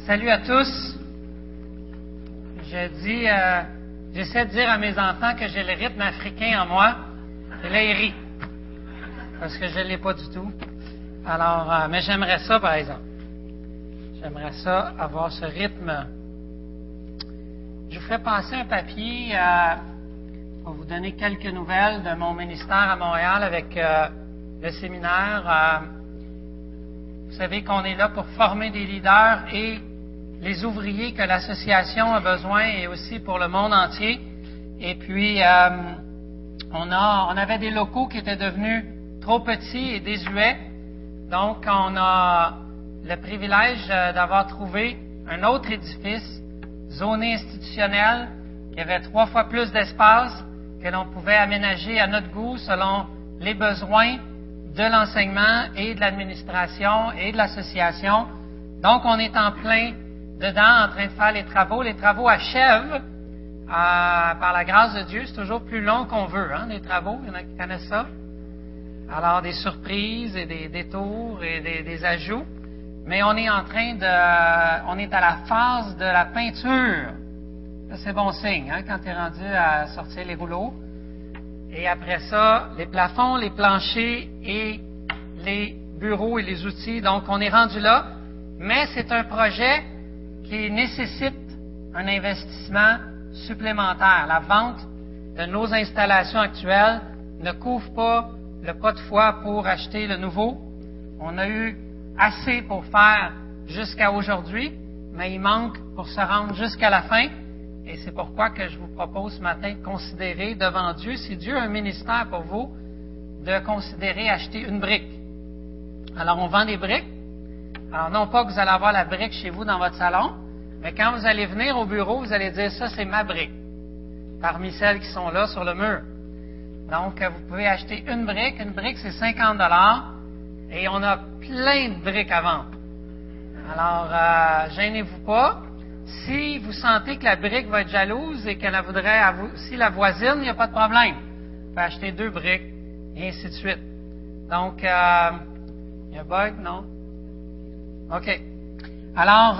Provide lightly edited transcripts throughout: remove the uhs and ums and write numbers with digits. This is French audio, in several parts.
Salut à tous. J'essaie de dire à mes enfants que j'ai le rythme africain en moi. Et là, ils rient. Parce que je ne l'ai pas du tout. Alors, mais j'aimerais ça, par exemple. J'aimerais ça, avoir ce rythme. Je vous fais passer un papier pour vous donner quelques nouvelles de mon ministère à Montréal avec le séminaire. Vous savez qu'on est là pour former des leaders et les ouvriers que l'association a besoin et aussi pour le monde entier. Et puis, on avait des locaux qui étaient devenus trop petits et désuets. Donc, on a le privilège d'avoir trouvé un autre édifice, zoné institutionnel, qui avait 3 fois plus d'espace, que l'on pouvait aménager à notre goût selon les besoins de l'enseignement et de l'administration et de l'association. Donc, on est en plein dedans, en train de faire les travaux. Les travaux achèvent par la grâce de Dieu. C'est toujours plus long qu'on veut, les travaux. Il y en a qui connaissent ça. Alors, des surprises et des détours et des ajouts. Mais on est on est à la phase de la peinture. Ça, c'est bon signe, quand tu es rendu à sortir les rouleaux. Et après ça, les plafonds, les planchers et les bureaux et les outils. Donc, on est rendu là. Mais c'est un projet qui nécessite un investissement supplémentaire. La vente de nos installations actuelles ne couvre pas le pas de foi pour acheter le nouveau. On a eu assez pour faire jusqu'à aujourd'hui, mais il manque pour se rendre jusqu'à la fin. Et c'est pourquoi que je vous propose ce matin de considérer devant Dieu, si Dieu a un ministère pour vous, de considérer acheter une brique. Alors, on vend des briques. Alors, non pas que vous allez avoir la brique chez vous dans votre salon, mais quand vous allez venir au bureau, vous allez dire, ça, c'est ma brique, parmi celles qui sont là sur le mur. Donc, vous pouvez acheter une brique. Une brique, c'est 50 $, et on a plein de briques à vendre. Alors, gênez-vous pas. Si vous sentez que la brique va être jalouse et qu'elle voudrait aussi la voisine, il n'y a pas de problème. Vous pouvez acheter 2 briques, et ainsi de suite. Donc, il y a un bug, non? OK. Alors,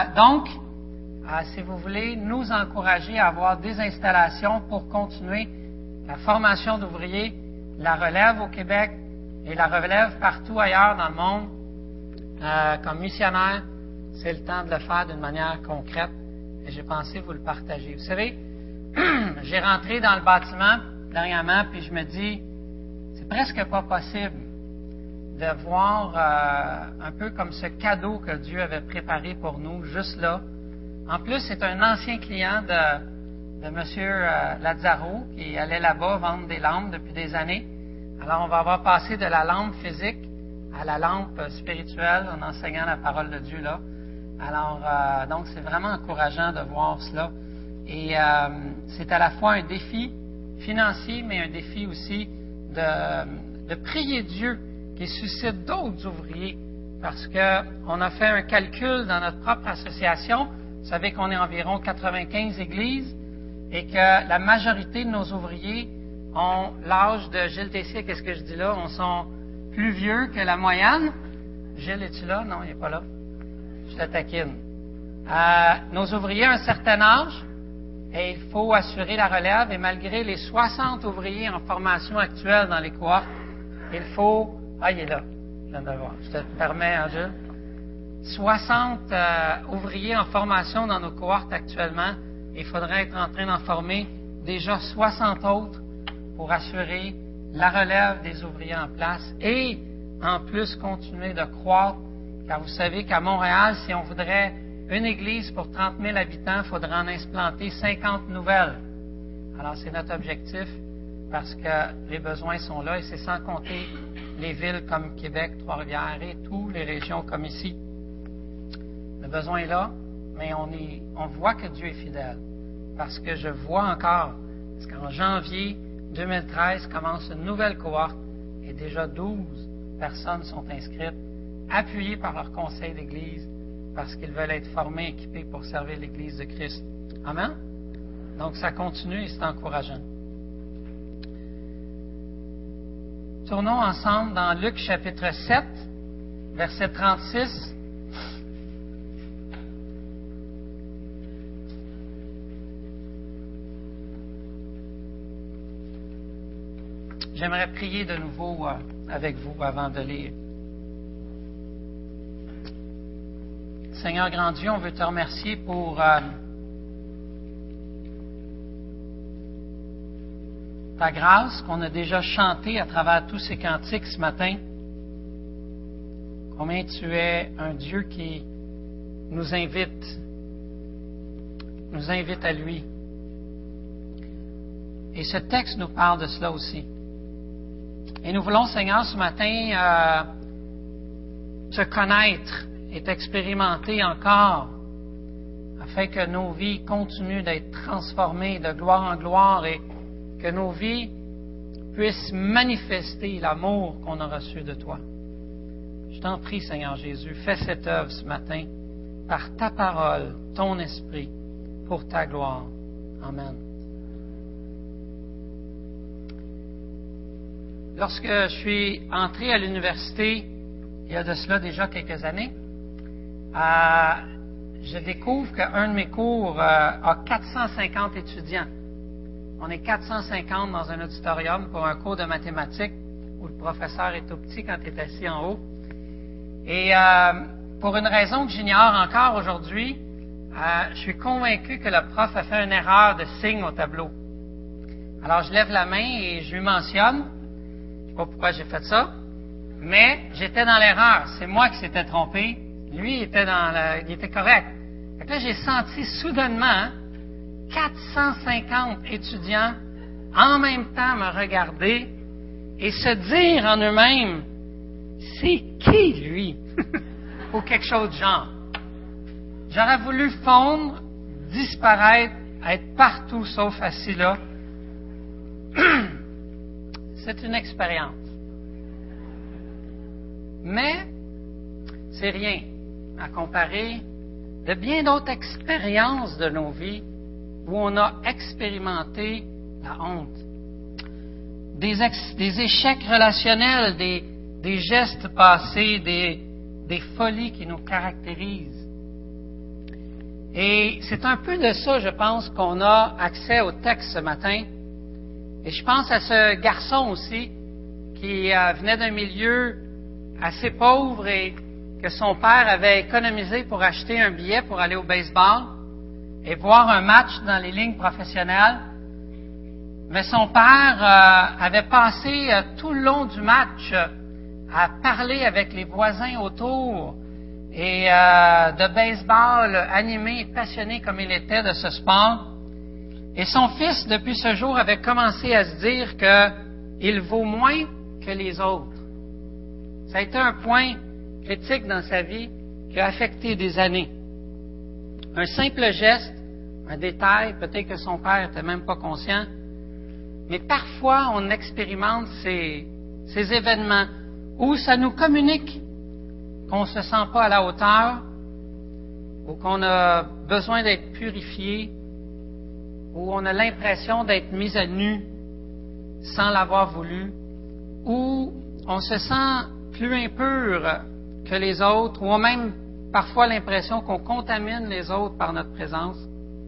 si vous voulez nous encourager à avoir des installations pour continuer la formation d'ouvriers, la relève au Québec et la relève partout ailleurs dans le monde, comme missionnaire, c'est le temps de le faire d'une manière concrète et j'ai pensé vous le partager. Vous savez, j'ai rentré dans le bâtiment dernièrement puis je me dis, c'est presque pas possible de voir un peu comme ce cadeau que Dieu avait préparé pour nous, juste là. En plus, c'est un ancien client de M. Lazzaro qui allait là-bas vendre des lampes depuis des années. Alors, on va avoir passé de la lampe physique à la lampe spirituelle en enseignant la parole de Dieu là. Alors, donc, c'est vraiment encourageant de voir cela. Et c'est à la fois un défi financier, mais un défi aussi de prier Dieu qui suscite d'autres ouvriers. Parce qu'on a fait un calcul dans notre propre association. Vous savez qu'on est environ 95 églises et que la majorité de nos ouvriers ont l'âge de Gilles Tessier. Qu'est-ce que je dis là? On sont plus vieux que la moyenne. Gilles, es-tu là? Non, il n'est pas là. Je te taquine. Nos ouvriers ont un certain âge et il faut assurer la relève. Et malgré les 60 ouvriers en formation actuelle dans les cohortes, il faut... Ah, il est là. Je viens de le voir. Je te permets, Gilles. 60 ouvriers en formation dans nos cohortes actuellement. Il faudrait être en train d'en former déjà 60 autres pour assurer la relève des ouvriers en place et en plus continuer de croître. Car vous savez qu'à Montréal, si on voudrait une église pour 30 000 habitants, il faudrait en implanter 50 nouvelles. Alors, c'est notre objectif parce que les besoins sont là et c'est sans compter les villes comme Québec, Trois-Rivières et toutes les régions comme ici. Le besoin est là, mais on voit que Dieu est fidèle. Parce que je vois encore, parce qu'en janvier 2013 commence une nouvelle cohorte et déjà 12 personnes sont inscrites, appuyées par leur conseil d'église, parce qu'ils veulent être formés, équipés pour servir l'Église de Christ. Amen? Donc ça continue et c'est encourageant. Tournons ensemble dans Luc chapitre 7, verset 36. J'aimerais prier de nouveau avec vous avant de lire. Seigneur grand Dieu, on veut te remercier pour ta grâce qu'on a déjà chantée à travers tous ces cantiques ce matin. Combien tu es un Dieu qui nous invite à lui. Et ce texte nous parle de cela aussi. Et nous voulons, Seigneur, ce matin, te connaître et t'expérimenter encore, afin que nos vies continuent d'être transformées de gloire en gloire et que nos vies puissent manifester l'amour qu'on a reçu de toi. Je t'en prie, Seigneur Jésus, fais cette œuvre ce matin par ta parole, ton esprit, pour ta gloire. Amen. Lorsque je suis entré à l'université, il y a de cela déjà quelques années, je découvre qu'un de mes cours a 450 étudiants. On est 450 dans un auditorium pour un cours de mathématiques où le professeur est tout petit quand il est assis en haut. Et pour une raison que j'ignore encore aujourd'hui, je suis convaincu que le prof a fait une erreur de signe au tableau. Alors je lève la main et je lui mentionne. Je ne sais pas pourquoi j'ai fait ça, mais j'étais dans l'erreur. C'est moi qui s'étais trompé. Lui, il était correct. Fait que là, j'ai senti soudainement 450 étudiants en même temps me regarder et se dire en eux-mêmes, c'est qui lui? Ou quelque chose du genre. J'aurais voulu fondre, disparaître, être partout sauf assis là. C'est une expérience. Mais c'est rien à comparer de bien d'autres expériences de nos vies où on a expérimenté la honte. Des échecs relationnels, des gestes passés, des folies qui nous caractérisent. Et c'est un peu de ça, je pense, qu'on a accès au texte ce matin. Et je pense à ce garçon aussi qui venait d'un milieu assez pauvre et que son père avait économisé pour acheter un billet pour aller au baseball et voir un match dans les lignes professionnelles. Mais son père avait passé tout le long du match à parler avec les voisins autour et de baseball, animé et passionné comme il était de ce sport. Et son fils, depuis ce jour, avait commencé à se dire qu'il vaut moins que les autres. Ça a été un point critique dans sa vie qui a affecté des années. Un simple geste, un détail, peut-être que son père n'était même pas conscient, mais parfois on expérimente ces événements où ça nous communique qu'on ne se sent pas à la hauteur, ou qu'on a besoin d'être purifié, où on a l'impression d'être mis à nu sans l'avoir voulu, où on se sent plus impur que les autres, ou on a même parfois l'impression qu'on contamine les autres par notre présence.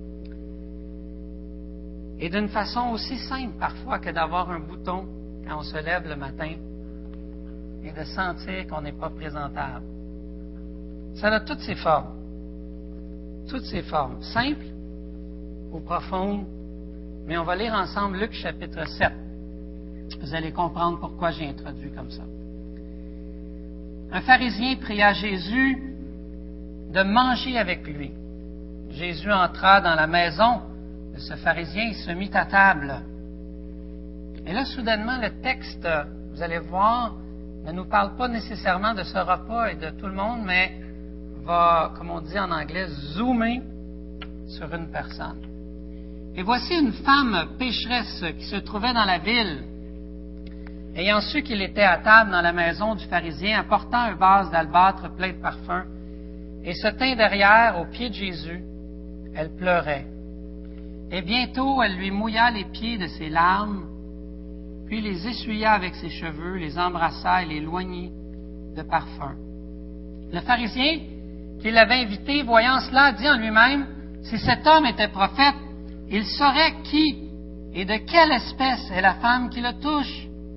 Et d'une façon aussi simple parfois que d'avoir un bouton quand on se lève le matin et de sentir qu'on n'est pas présentable. Ça a toutes ses formes. Toutes ses formes. Simples ou profondes. Mais on va lire ensemble Luc chapitre 7. Vous allez comprendre pourquoi j'ai introduit comme ça. Un pharisien pria Jésus de manger avec lui. Jésus entra dans la maison de ce pharisien et se mit à table. Et là, soudainement, le texte, vous allez voir, ne nous parle pas nécessairement de ce repas et de tout le monde, mais va, comme on dit en anglais, zoomer sur une personne. Et voici une femme pécheresse qui se trouvait dans la ville. Ayant su qu'il était à table dans la maison du pharisien, apportant un vase d'albâtre plein de parfums, et se tint derrière, aux pieds de Jésus, elle pleurait. Et bientôt, elle lui mouilla les pieds de ses larmes, puis les essuya avec ses cheveux, les embrassa et les loignit de parfum. Le pharisien qui l'avait invité, voyant cela, dit en lui-même, si cet homme était prophète, il saurait qui et de quelle espèce est la femme qui le touche,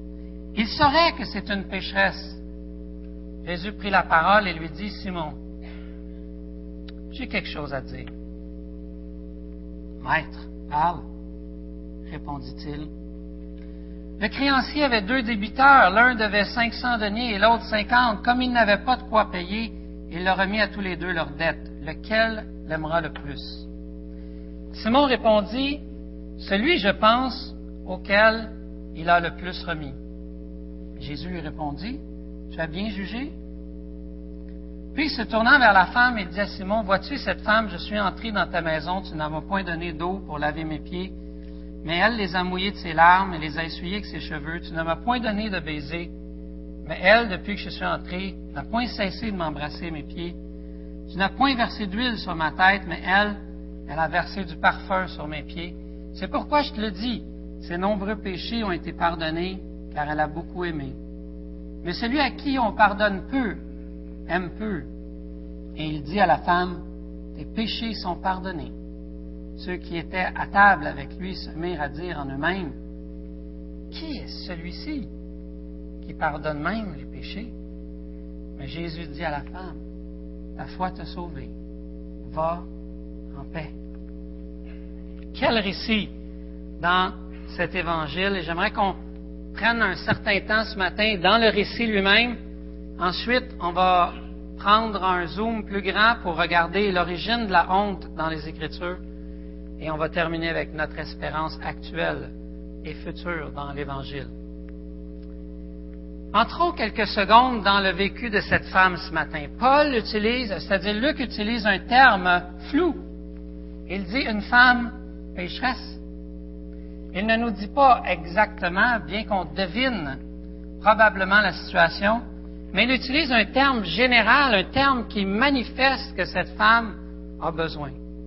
Il saurait que c'est une pécheresse. Jésus prit la parole et lui dit, Simon, j'ai quelque chose à dire. Maître, parle, répondit-il. Le créancier avait 2 débiteurs, l'un devait 500 deniers et l'autre 50. Comme il n'avait pas de quoi payer, il leur remit à tous les 2 leurs dettes. Lequel l'aimera le plus? Simon répondit, celui, je pense, auquel il a le plus remis. Jésus lui répondit, tu as bien jugé? Puis, se tournant vers la femme, il dit à Simon, vois-tu cette femme, je suis entré dans ta maison, tu n'as point donné d'eau pour laver mes pieds, mais elle les a mouillés de ses larmes et les a essuyés avec ses cheveux. Tu ne m'as point donné de baiser, mais elle, depuis que je suis entré, n'a point cessé de m'embrasser mes pieds. Tu n'as point versé d'huile sur ma tête, mais elle a versé du parfum sur mes pieds. C'est pourquoi je te le dis, ses nombreux péchés ont été pardonnés, car elle a beaucoup aimé. Mais celui à qui on pardonne peu, aime peu. Et il dit à la femme, tes péchés sont pardonnés. Ceux qui étaient à table avec lui se mirent à dire en eux-mêmes, qui est celui-ci qui pardonne même les péchés? Mais Jésus dit à la femme, ta foi t'a sauvée, va en paix. Quel récit dans cet évangile, et j'aimerais qu'on prenne un certain temps ce matin dans le récit lui-même. Ensuite, on va prendre un zoom plus grand pour regarder l'origine de la honte dans les Écritures. Et on va terminer avec notre espérance actuelle et future dans l'Évangile. Entrons quelques secondes dans le vécu de cette femme ce matin. Paul utilise, c'est-à-dire Luc utilise un terme flou. Il dit une femme pécheresse. Il ne nous dit pas exactement, bien qu'on devine probablement la situation, mais il utilise un terme général, un terme qui manifeste que cette femme a besoin.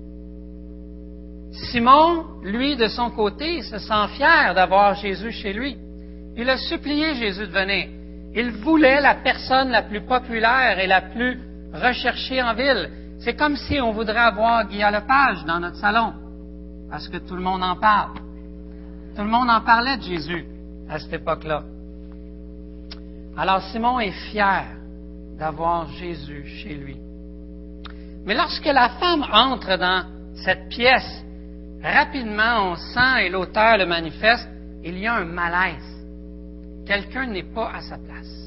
Simon, lui, de son côté, se sent fier d'avoir Jésus chez lui. Il a supplié Jésus de venir. Il voulait la personne la plus populaire et la plus recherchée en ville. C'est comme si on voudrait avoir Guy Lepage dans notre salon, parce que tout le monde en parle. Tout le monde en parlait de Jésus à cette époque-là. Alors Simon est fier d'avoir Jésus chez lui. Mais lorsque la femme entre dans cette pièce, rapidement, on sent, et l'auteur le manifeste, il y a un malaise. Quelqu'un n'est pas à sa place.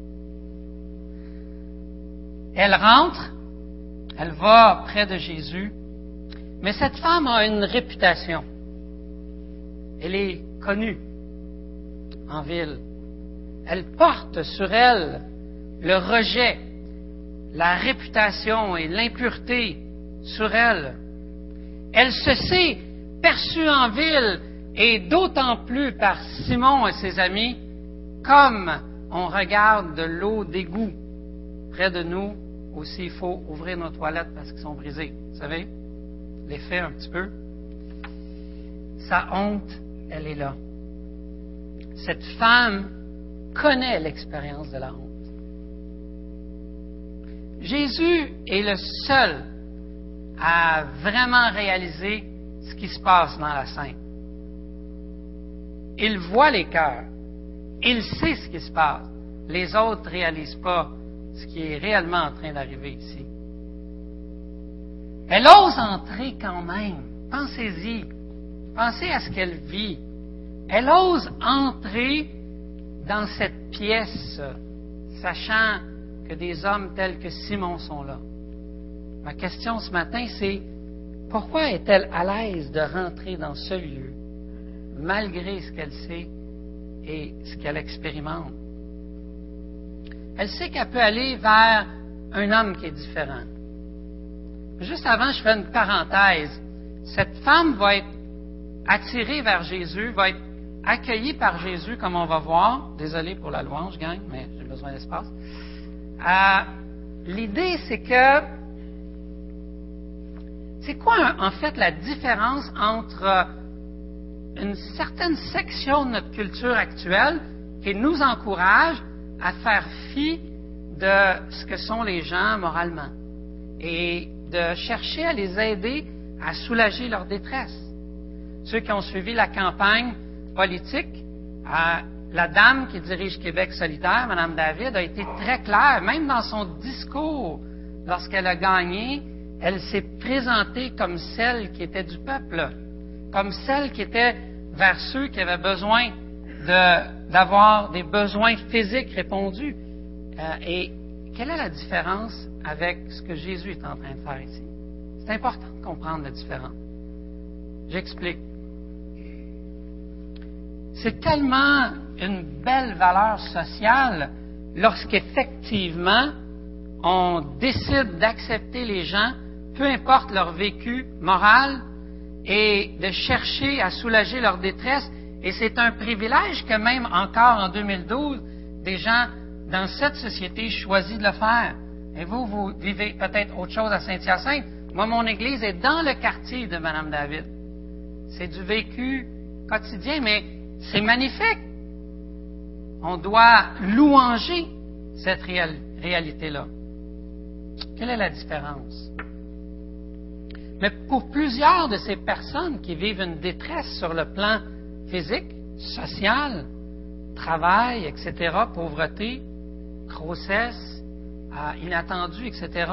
Elle rentre, elle va près de Jésus, mais cette femme a une réputation. Elle est connue en ville. Elle porte sur elle le rejet, la réputation et l'impureté sur elle. Elle se sait perçue en ville, et d'autant plus par Simon et ses amis, comme on regarde de l'eau d'égout près de nous, aussi il faut ouvrir nos toilettes parce qu'elles sont brisées. Vous savez, l'effet un petit peu. Sa honte, elle est là. Cette femme connaît l'expérience de la honte. Jésus est le seul à vraiment réaliser ce qui se passe dans la scène. Il voit les cœurs. Il sait ce qui se passe. Les autres ne réalisent pas ce qui est réellement en train d'arriver ici. Elle ose entrer quand même. Pensez-y. Pensez à ce qu'elle vit. Elle ose entrer dans cette pièce, sachant que des hommes tels que Simon sont là. Ma question ce matin, c'est pourquoi est-elle à l'aise de rentrer dans ce lieu, malgré ce qu'elle sait et ce qu'elle expérimente? Elle sait qu'elle peut aller vers un homme qui est différent. Juste avant, je fais une parenthèse. Cette femme va être attirée vers Jésus, va être accueillie par Jésus, comme on va voir. Désolé pour la louange, gang, mais j'ai besoin d'espace. L'idée, c'est que c'est quoi, en fait, la différence entre une certaine section de notre culture actuelle qui nous encourage à faire fi de ce que sont les gens moralement et de chercher à les aider à soulager leur détresse. Ceux qui ont suivi la campagne politique, la dame qui dirige Québec solidaire, Mme David, a été très claire, même dans son discours, lorsqu'elle a gagné, elle s'est présentée comme celle qui était du peuple, comme celle qui était vers ceux qui avaient besoin d'avoir des besoins physiques répondus. Et quelle est la différence avec ce que Jésus est en train de faire ici? C'est important de comprendre la différence. J'explique. C'est tellement une belle valeur sociale lorsqu'effectivement on décide d'accepter les gens, peu importe leur vécu moral, et de chercher à soulager leur détresse. Et c'est un privilège que même encore en 2012, des gens dans cette société choisissent de le faire. Et vous vivez peut-être autre chose à Saint-Hyacinthe. Moi, mon église est dans le quartier de Mme David. C'est du vécu quotidien, mais c'est magnifique. On doit louanger cette réalité-là. Quelle est la différence? Mais pour plusieurs de ces personnes qui vivent une détresse sur le plan physique, social, travail, etc., pauvreté, grossesse, inattendu, etc.,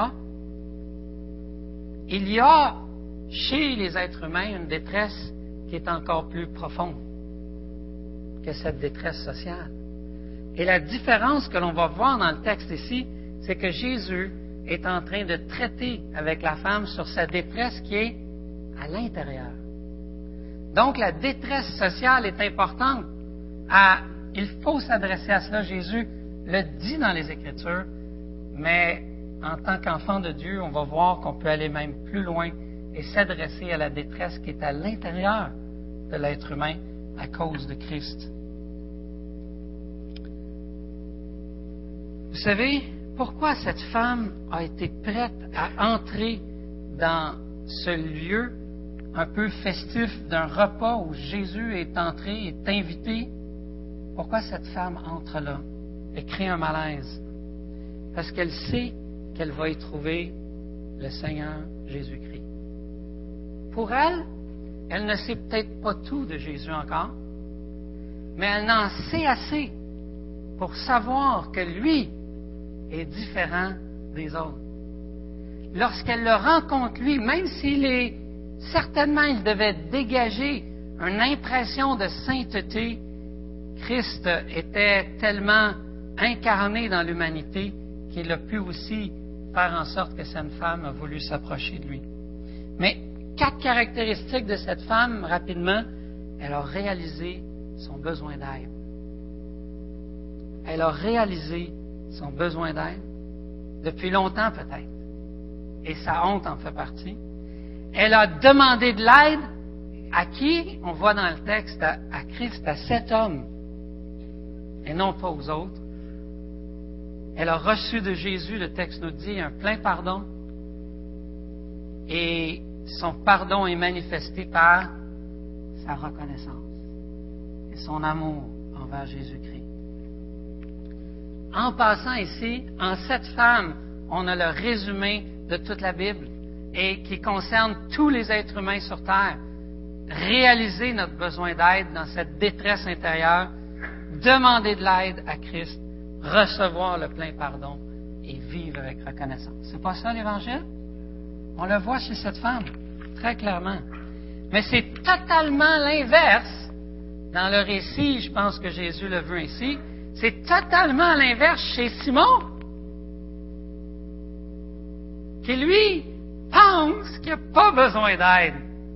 il y a chez les êtres humains une détresse qui est encore plus profonde que cette détresse sociale. Et la différence que l'on va voir dans le texte ici, c'est que Jésus est en train de traiter avec la femme sur sa détresse qui est à l'intérieur. Donc, la détresse sociale est importante. Il faut s'adresser à cela. Jésus le dit dans les Écritures, mais en tant qu'enfant de Dieu, on va voir qu'on peut aller même plus loin et s'adresser à la détresse qui est à l'intérieur de l'être humain à cause de Christ. Vous savez, pourquoi cette femme a été prête à entrer dans ce lieu un peu festif d'un repas où Jésus est entré, est invité? Pourquoi cette femme entre là et crée un malaise? Parce qu'elle sait qu'elle va y trouver le Seigneur Jésus-Christ. Pour elle, elle ne sait peut-être pas tout de Jésus encore, mais elle en sait assez pour savoir que lui est différent des autres. Lorsqu'elle le rencontre, lui, même certainement il devait dégager une impression de sainteté, Christ était tellement incarné dans l'humanité qu'il a pu aussi faire en sorte que cette femme a voulu s'approcher de lui. Mais 4 caractéristiques de cette femme, rapidement. Elle a réalisé son besoin d'aide. Elle a réalisé son besoin d'aide depuis longtemps peut-être. Et sa honte en fait partie. Elle a demandé de l'aide à qui? On voit dans le texte, à Christ, à cet homme, et non pas aux autres. Elle a reçu de Jésus, le texte nous dit, un plein pardon. Et son pardon est manifesté par sa reconnaissance et son amour envers Jésus-Christ. En passant ici, en cette femme, on a le résumé de toute la Bible et qui concerne tous les êtres humains sur terre. Réaliser notre besoin d'aide dans cette détresse intérieure, demander de l'aide à Christ, recevoir le plein pardon et vivre avec reconnaissance. C'est pas ça l'Évangile? On le voit chez cette femme, très clairement. Mais c'est totalement l'inverse dans le récit, je pense que Jésus le veut ainsi, c'est totalement l'inverse chez Simon, qui lui pense qu'il n'a pas besoin d'aide.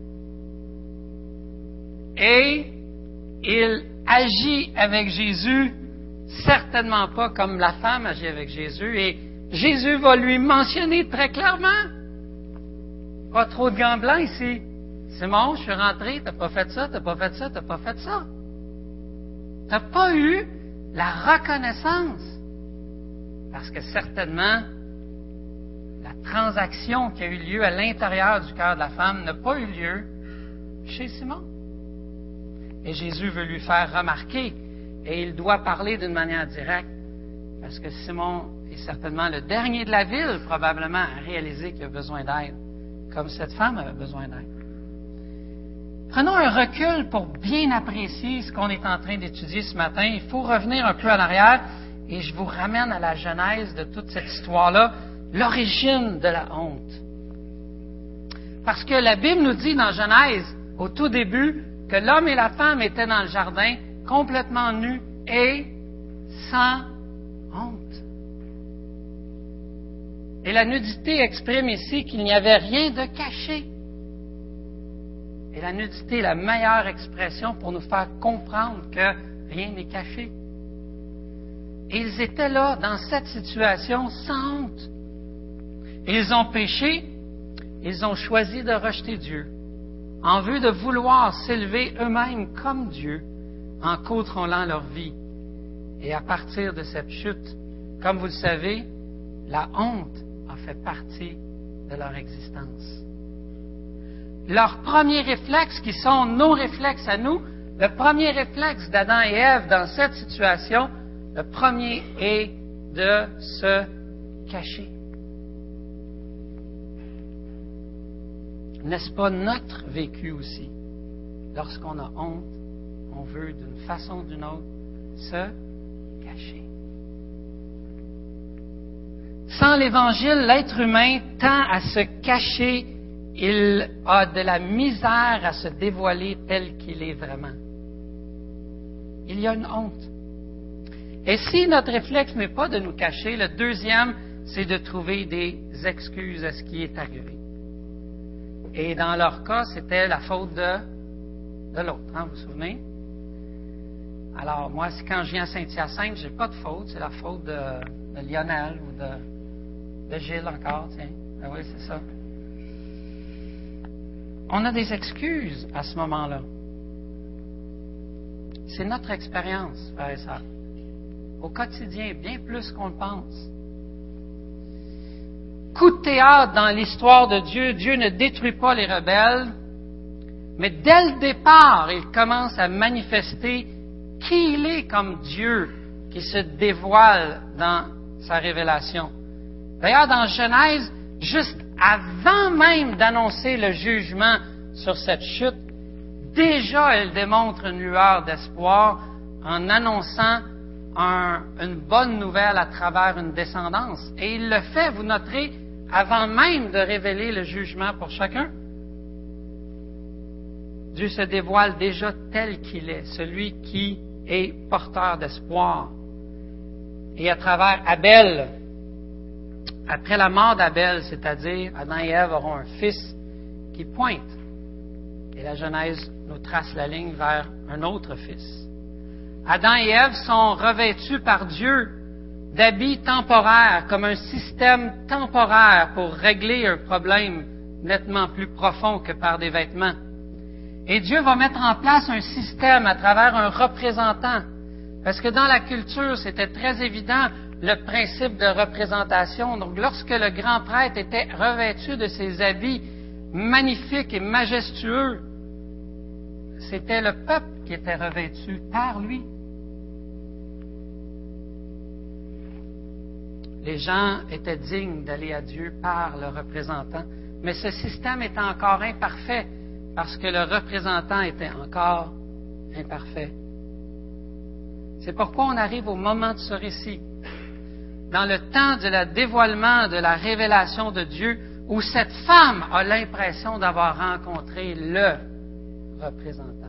Et il agit avec Jésus, certainement pas comme la femme agit avec Jésus, et Jésus va lui mentionner très clairement, pas trop de gants blancs ici. Simon, je suis rentré, t'as pas fait ça, t'as pas fait ça, t'as pas fait ça. T'as pas eu la reconnaissance. Parce que certainement, la transaction qui a eu lieu à l'intérieur du cœur de la femme n'a pas eu lieu chez Simon. Et Jésus veut lui faire remarquer, et il doit parler d'une manière directe, parce que Simon est certainement le dernier de la ville, probablement, à réaliser qu'il a besoin d'aide, comme cette femme avait besoin d'aide. Prenons un recul pour bien apprécier ce qu'on est en train d'étudier ce matin. Il faut revenir un peu en arrière et je vous ramène à la genèse de toute cette histoire-là, l'origine de la honte. Parce que la Bible nous dit dans Genèse, au tout début, que l'homme et la femme étaient dans le jardin, complètement nus et sans honte. Et la nudité exprime ici qu'il n'y avait rien de caché. Et la nudité est la meilleure expression pour nous faire comprendre que rien n'est caché. Et ils étaient là, dans cette situation, sans honte. Ils ont péché, ils ont choisi de rejeter Dieu, en vue de vouloir s'élever eux-mêmes comme Dieu, en contrôlant leur vie. Et à partir de cette chute, comme vous le savez, la honte a fait partie de leur existence. Leurs premiers réflexes, qui sont nos réflexes à nous, le premier réflexe d'Adam et Ève dans cette situation, le premier est de se cacher. N'est-ce pas notre vécu aussi? Lorsqu'on a honte, on veut d'une façon ou d'une autre se cacher. Sans l'Évangile, l'être humain tend à se cacher. Il a de la misère à se dévoiler tel qu'il est vraiment. Il y a une honte. Et si notre réflexe n'est pas de nous cacher, le deuxième, c'est de trouver des excuses à ce qui est arrivé. Et dans leur cas, c'était la faute de l'autre, hein, vous vous souvenez? Alors, moi, quand je viens à Saint-Hyacinthe, j'ai pas de faute, c'est la faute de Lionel ou de Gilles encore, tiens. Ben oui, c'est ça. On a des excuses à ce moment-là. C'est notre expérience, frères et sœurs. Au quotidien, bien plus qu'on le pense. Coup de théâtre dans l'histoire de Dieu. Dieu ne détruit pas les rebelles, mais dès le départ, il commence à manifester qui il est comme Dieu qui se dévoile dans sa révélation. D'ailleurs, dans Genèse, juste avant même d'annoncer le jugement sur cette chute, déjà elle démontre une lueur d'espoir en annonçant une bonne nouvelle à travers une descendance. Et il le fait, vous noterez, avant même de révéler le jugement pour chacun. Dieu se dévoile déjà tel qu'il est, celui qui est porteur d'espoir. Et à travers Abel, après la mort d'Abel, c'est-à-dire Adam et Ève auront un fils qui pointe. Et la Genèse nous trace la ligne vers un autre fils. Adam et Ève sont revêtus par Dieu d'habits temporaires, comme un système temporaire pour régler un problème nettement plus profond que par des vêtements. Et Dieu va mettre en place un système à travers un représentant. Parce que dans la culture, c'était très évident le principe de représentation. Donc, lorsque le grand prêtre était revêtu de ses habits magnifiques et majestueux, c'était le peuple qui était revêtu par lui. Les gens étaient dignes d'aller à Dieu par le représentant. Mais ce système était encore imparfait parce que le représentant était encore imparfait. C'est pourquoi on arrive au moment de ce récit, dans le temps de la dévoilement, de la révélation de Dieu, où cette femme a l'impression d'avoir rencontré le représentant,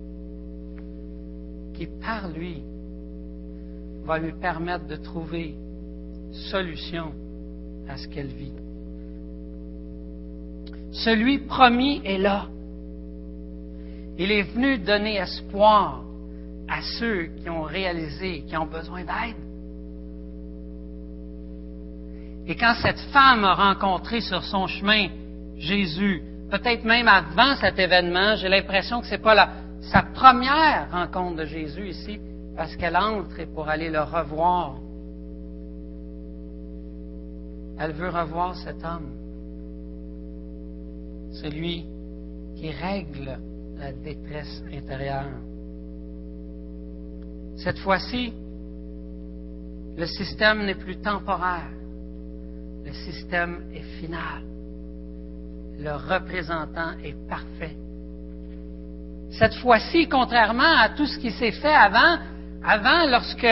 qui par lui va lui permettre de trouver solution à ce qu'elle vit. Celui promis est là. Il est venu donner espoir à ceux qui ont réalisé, qui ont besoin d'aide. Et quand cette femme a rencontré sur son chemin Jésus, peut-être même avant cet événement, j'ai l'impression que ce n'est pas sa première rencontre de Jésus ici, parce qu'elle entre et pour aller le revoir. Elle veut revoir cet homme, celui qui règle la détresse intérieure. Cette fois-ci, le système n'est plus temporaire. Le système est final. Le représentant est parfait. Cette fois-ci, contrairement à tout ce qui s'est fait avant, lorsque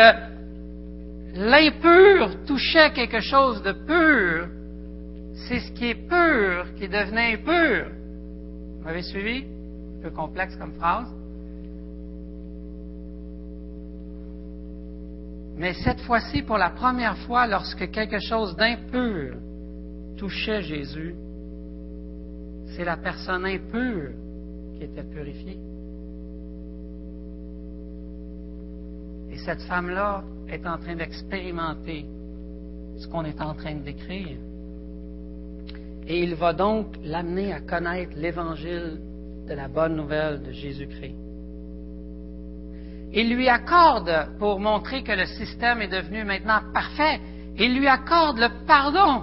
l'impur touchait quelque chose de pur, c'est ce qui est pur qui devenait impur. Vous m'avez suivi? Un peu complexe comme phrase. Mais cette fois-ci, pour la première fois, lorsque quelque chose d'impur touchait Jésus, c'est la personne impure qui était purifiée. Et cette femme-là est en train d'expérimenter ce qu'on est en train de décrire. Et il va donc l'amener à connaître l'Évangile de la bonne nouvelle de Jésus-Christ. Il lui accorde, pour montrer que le système est devenu maintenant parfait, il lui accorde le pardon.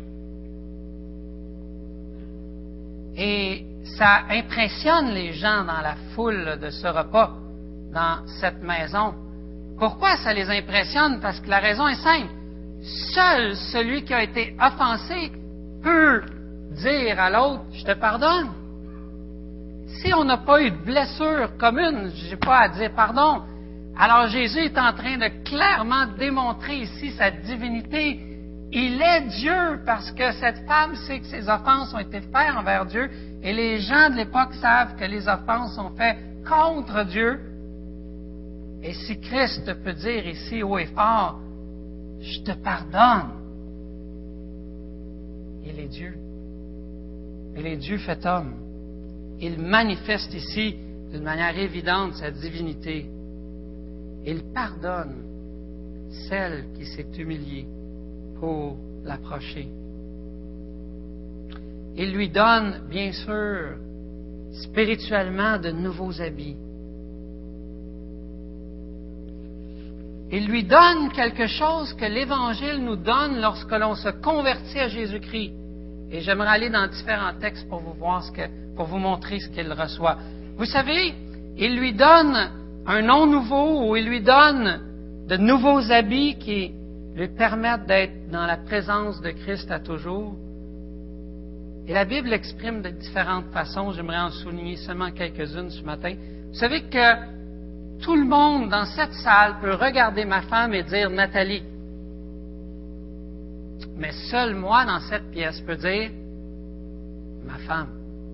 Et ça impressionne les gens dans la foule de ce repas, dans cette maison. Pourquoi ça les impressionne? Parce que la raison est simple. Seul celui qui a été offensé peut dire à l'autre, je te pardonne. Si on n'a pas eu de blessure commune, je n'ai pas à dire pardon. Alors Jésus est en train de clairement démontrer ici sa divinité. Il est Dieu parce que cette femme sait que ses offenses ont été faites envers Dieu et les gens de l'époque savent que les offenses sont faites contre Dieu. Et si Christ peut dire ici haut et fort, je te pardonne, il est Dieu. Il est Dieu fait homme. Il manifeste ici d'une manière évidente sa divinité. Il pardonne celle qui s'est humiliée pour l'approcher. Il lui donne, bien sûr, spirituellement de nouveaux habits. Il lui donne quelque chose que l'Évangile nous donne lorsque l'on se convertit à Jésus-Christ. Et j'aimerais aller dans différents textes pour vous montrer ce qu'il reçoit. Vous savez, il lui donne un nom nouveau ou il lui donne de nouveaux habits qui lui permettent d'être dans la présence de Christ à toujours. Et la Bible l'exprime de différentes façons. J'aimerais en souligner seulement quelques-unes ce matin. Vous savez que tout le monde dans cette salle peut regarder ma femme et dire Nathalie. Mais seul moi dans cette pièce peut dire ma femme.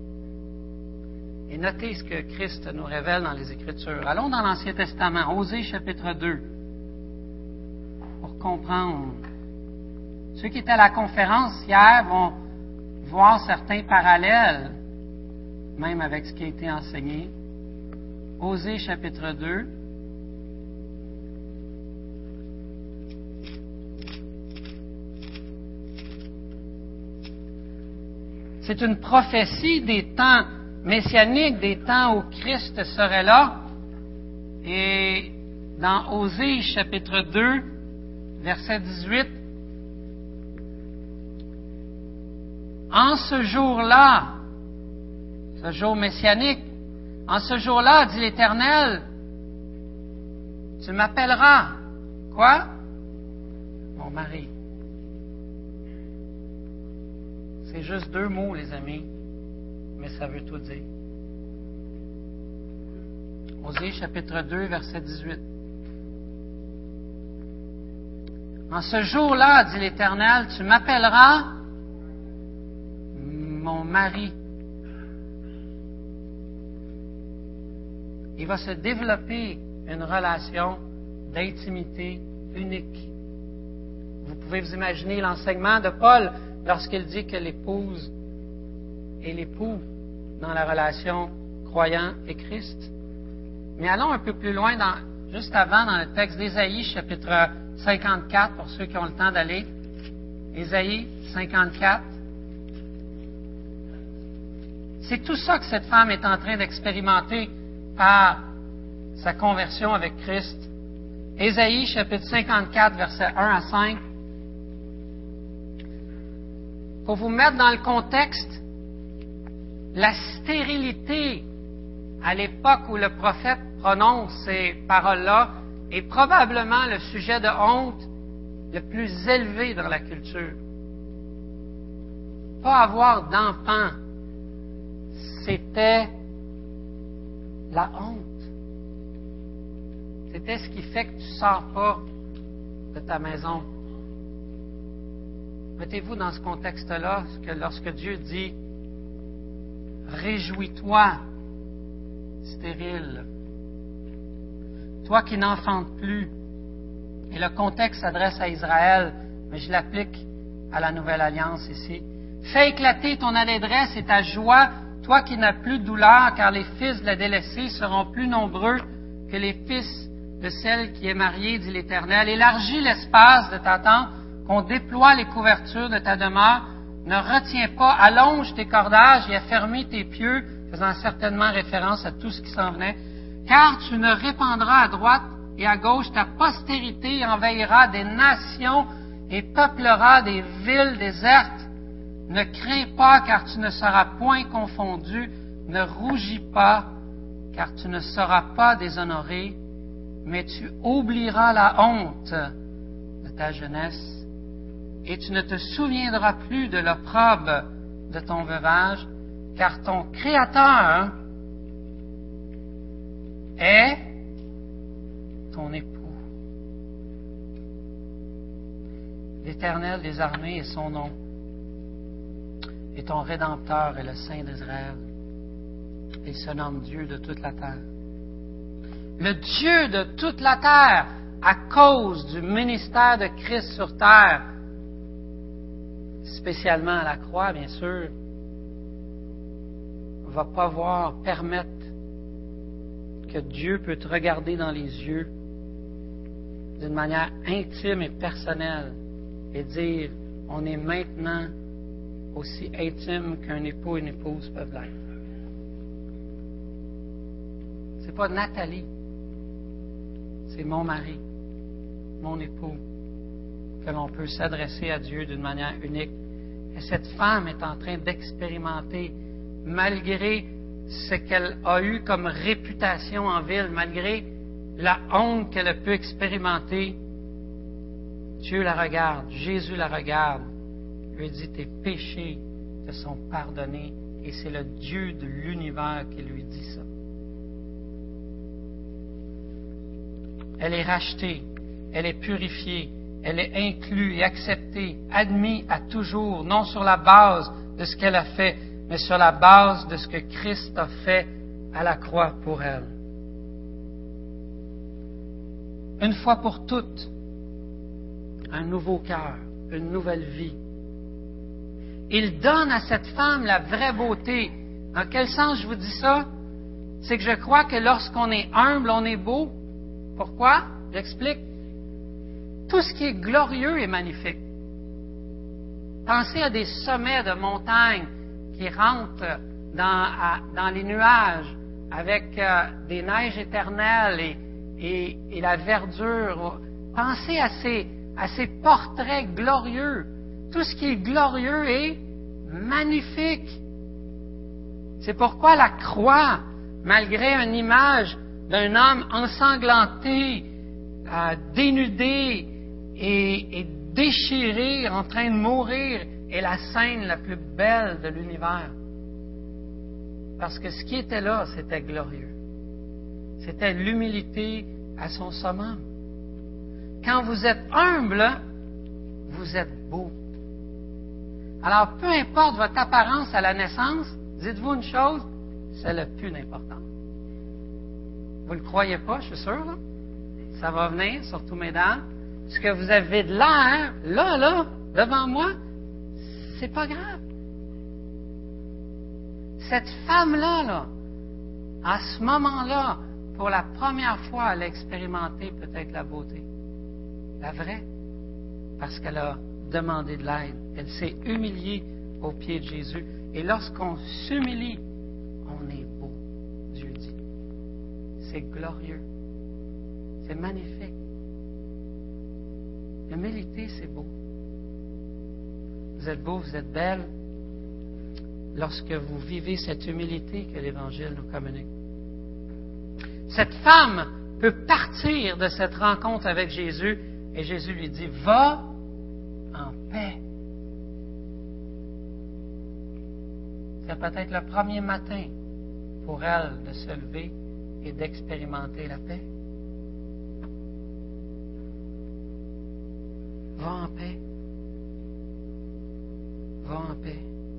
Et notez ce que Christ nous révèle dans les Écritures. Allons dans l'Ancien Testament, Osée chapitre 2, pour comprendre. Ceux qui étaient à la conférence hier vont voir certains parallèles, même avec ce qui a été enseigné. Osée chapitre 2. C'est une prophétie des temps messianiques, des temps où Christ serait là. Et dans Osée chapitre 2, verset 18, en ce jour-là, ce jour messianique, en ce jour-là, dit l'Éternel, tu m'appelleras, quoi? Mon mari. C'est juste 2 mots, les amis, mais ça veut tout dire. Osée chapitre 2, verset 18. En ce jour-là, dit l'Éternel, tu m'appelleras mon mari. Il va se développer une relation d'intimité unique. Vous pouvez vous imaginer l'enseignement de Paul lorsqu'il dit que l'épouse et l'époux dans la relation croyant et Christ. Mais allons un peu plus loin, juste avant, dans le texte d'Ésaïe, chapitre 54, pour ceux qui ont le temps d'aller. Ésaïe 54. C'est tout ça que cette femme est en train d'expérimenter par sa conversion avec Christ. Ésaïe, chapitre 54, versets 1 à 5. Pour vous mettre dans le contexte, la stérilité à l'époque où le prophète prononce ces paroles-là est probablement le sujet de honte le plus élevé dans la culture. Pas avoir d'enfant, c'était la honte. C'était ce qui fait que tu ne sors pas de ta maison. Mettez-vous dans ce contexte-là, que lorsque Dieu dit « Réjouis-toi, stérile, toi qui n'enfantes plus », et le contexte s'adresse à Israël, mais je l'applique à la Nouvelle Alliance ici. « Fais éclater ton allégresse et ta joie, toi qui n'as plus de douleur, car les fils de la délaissée seront plus nombreux que les fils de celle qui est mariée, dit l'Éternel. Élargis l'espace de ta tente, qu'on déploie les couvertures de ta demeure. Ne retiens pas, allonge tes cordages et affermis tes pieux, faisant certainement référence à tout ce qui s'en venait. Car tu ne répandras à droite et à gauche, ta postérité envahira des nations et peuplera des villes désertes. Ne crains pas, car tu ne seras point confondu. Ne rougis pas, car tu ne seras pas déshonoré, mais tu oublieras la honte de ta jeunesse, et tu ne te souviendras plus de l'opprobre de ton veuvage, car ton Créateur est ton époux. L'Éternel des armées est son nom, et ton Rédempteur est le Saint d'Israël. Il se nomme Dieu de toute la terre. Le Dieu de toute la terre, à cause du ministère de Christ sur terre, spécialement à la croix, bien sûr, va pouvoir permettre que Dieu peut te regarder dans les yeux d'une manière intime et personnelle et dire, on est maintenant aussi intime qu'un époux et une épouse peuvent l'être. C'est pas Nathalie, c'est mon mari, mon époux, que l'on peut s'adresser à Dieu d'une manière unique. Et cette femme est en train d'expérimenter, malgré ce qu'elle a eu comme réputation en ville, malgré la honte qu'elle a pu expérimenter, Dieu la regarde, Jésus la regarde, lui dit, tes péchés te sont pardonnés, et c'est le Dieu de l'univers qui lui dit ça. Elle est rachetée, elle est purifiée, elle est inclue et acceptée, admise à toujours, non sur la base de ce qu'elle a fait, mais sur la base de ce que Christ a fait à la croix pour elle. Une fois pour toutes, un nouveau cœur, une nouvelle vie. Il donne à cette femme la vraie beauté. Dans quel sens je vous dis ça? C'est que je crois que lorsqu'on est humble, on est beau. Pourquoi? J'explique. Tout ce qui est glorieux est magnifique. Pensez à des sommets de montagnes qui rentrent dans les nuages avec des neiges éternelles et la verdure. Pensez à ces portraits glorieux. Tout ce qui est glorieux est magnifique. C'est pourquoi la croix, malgré une image d'un homme ensanglanté, dénudé et déchiré, en train de mourir, est la scène la plus belle de l'univers. Parce que ce qui était là, c'était glorieux. C'était l'humilité à son summum. Quand vous êtes humble, vous êtes beau. Alors, peu importe votre apparence à la naissance, dites-vous une chose, c'est le plus important. Vous ne le croyez pas, je suis sûr, là? Ça va venir, surtout mesdames. Ce que vous avez de l'air, là, devant moi, c'est pas grave. Cette femme-là, à ce moment-là, pour la première fois, elle a expérimenté peut-être la beauté. La vraie. Parce qu'elle a demandé de l'aide. Elle s'est humiliée aux pieds de Jésus. Et lorsqu'on s'humilie, on est beau, Dieu dit. C'est glorieux. C'est magnifique. L'humilité, c'est beau. Vous êtes beau, vous êtes belle lorsque vous vivez cette humilité que l'Évangile nous communique. Cette femme peut partir de cette rencontre avec Jésus et Jésus lui dit, va en paix. C'est peut-être le premier matin pour elle de se lever et d'expérimenter la paix. Va en paix. Va en paix.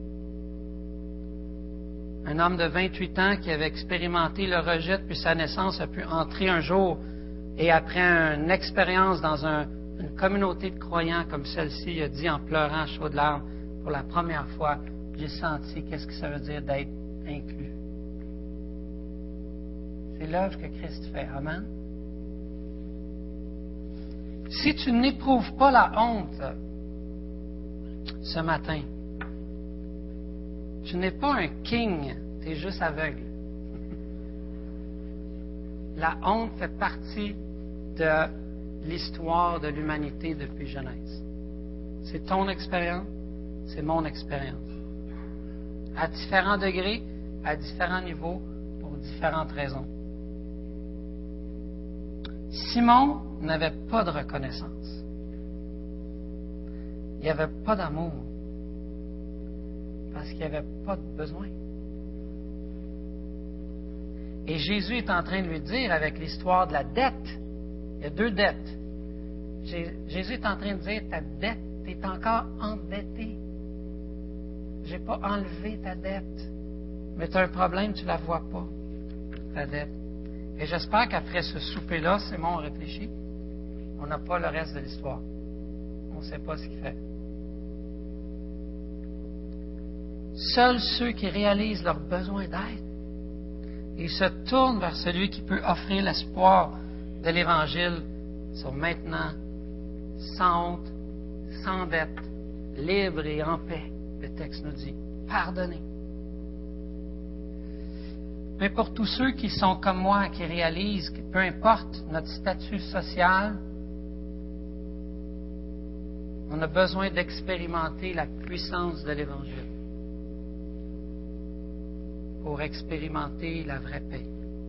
Un homme de 28 ans qui avait expérimenté le rejet depuis sa naissance a pu entrer un jour et après une expérience dans une communauté de croyants comme celle-ci, il a dit en pleurant à chaudes larmes, pour la première fois, j'ai senti qu'est-ce que ça veut dire d'être inclus. C'est l'œuvre que Christ fait. Amen. Si tu n'éprouves pas la honte ce matin, tu n'es pas un king, tu es juste aveugle. La honte fait partie de l'histoire de l'humanité depuis Genèse. C'est ton expérience, c'est mon expérience. À différents degrés, à différents niveaux, pour différentes raisons. Simon n'avait pas de reconnaissance. Il n'y avait pas d'amour. Parce qu'il n'y avait pas de besoin. Et Jésus est en train de lui dire, avec l'histoire de la dette, il y a 2 dettes. Jésus est en train de dire, ta dette, tu es encore endetté. Je n'ai pas enlevé ta dette. Mais tu as un problème, tu ne la vois pas, ta dette. Et j'espère qu'après ce souper-là, c'est bon, on réfléchit. On n'a pas le reste de l'histoire. On ne sait pas ce qu'il fait. Seuls ceux qui réalisent leur besoin d'aide et se tournent vers celui qui peut offrir l'espoir de l'Évangile sont maintenant sans honte, sans dette, libres et en paix. Le texte nous dit, pardonnez. Mais pour tous ceux qui sont comme moi, qui réalisent que peu importe notre statut social, on a besoin d'expérimenter la puissance de l'Évangile pour expérimenter la vraie paix.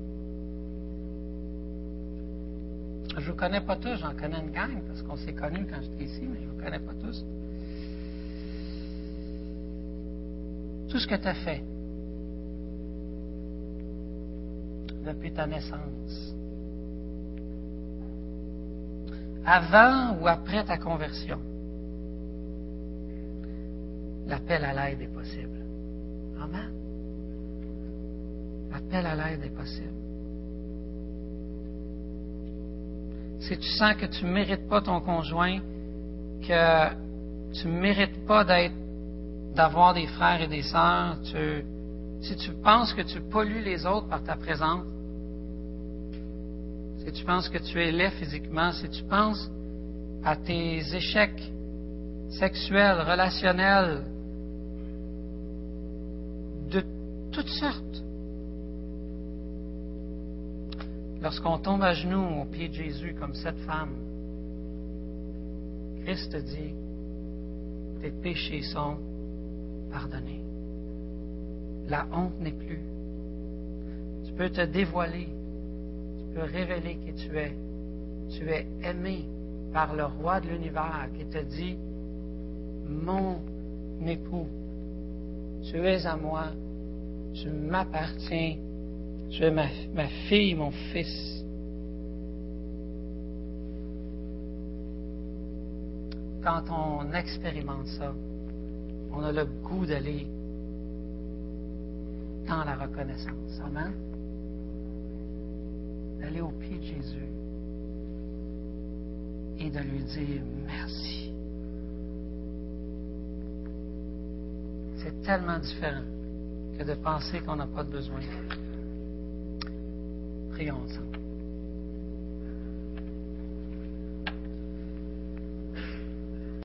Je ne vous connais pas tous, j'en connais une gang, parce qu'on s'est connus quand j'étais ici, mais je ne vous connais pas tous. Tout ce que tu as fait depuis ta naissance, avant ou après ta conversion, l'appel à l'aide est possible. Amen. L'appel à l'aide est possible. Si tu sens que tu ne mérites pas ton conjoint, que tu ne mérites pas d'avoir des frères et des sœurs, si tu penses que tu pollues les autres par ta présence, si tu penses que tu es laid physiquement, si tu penses à tes échecs sexuels, relationnels, de toutes sortes, lorsqu'on tombe à genoux au pied de Jésus comme cette femme, Christ te dit, tes péchés sont pardonnés. La honte n'est plus. Tu peux te dévoiler. Tu peux révéler qui tu es. Tu es aimé par le roi de l'univers qui te dit, mon époux, tu es à moi, tu m'appartiens, tu es ma fille, mon fils. Quand on expérimente ça, on a le goût d'aller dans la reconnaissance. Amen. D'aller au pied de Jésus et de lui dire merci. C'est tellement différent que de penser qu'on n'a pas de besoin. Prions ensemble.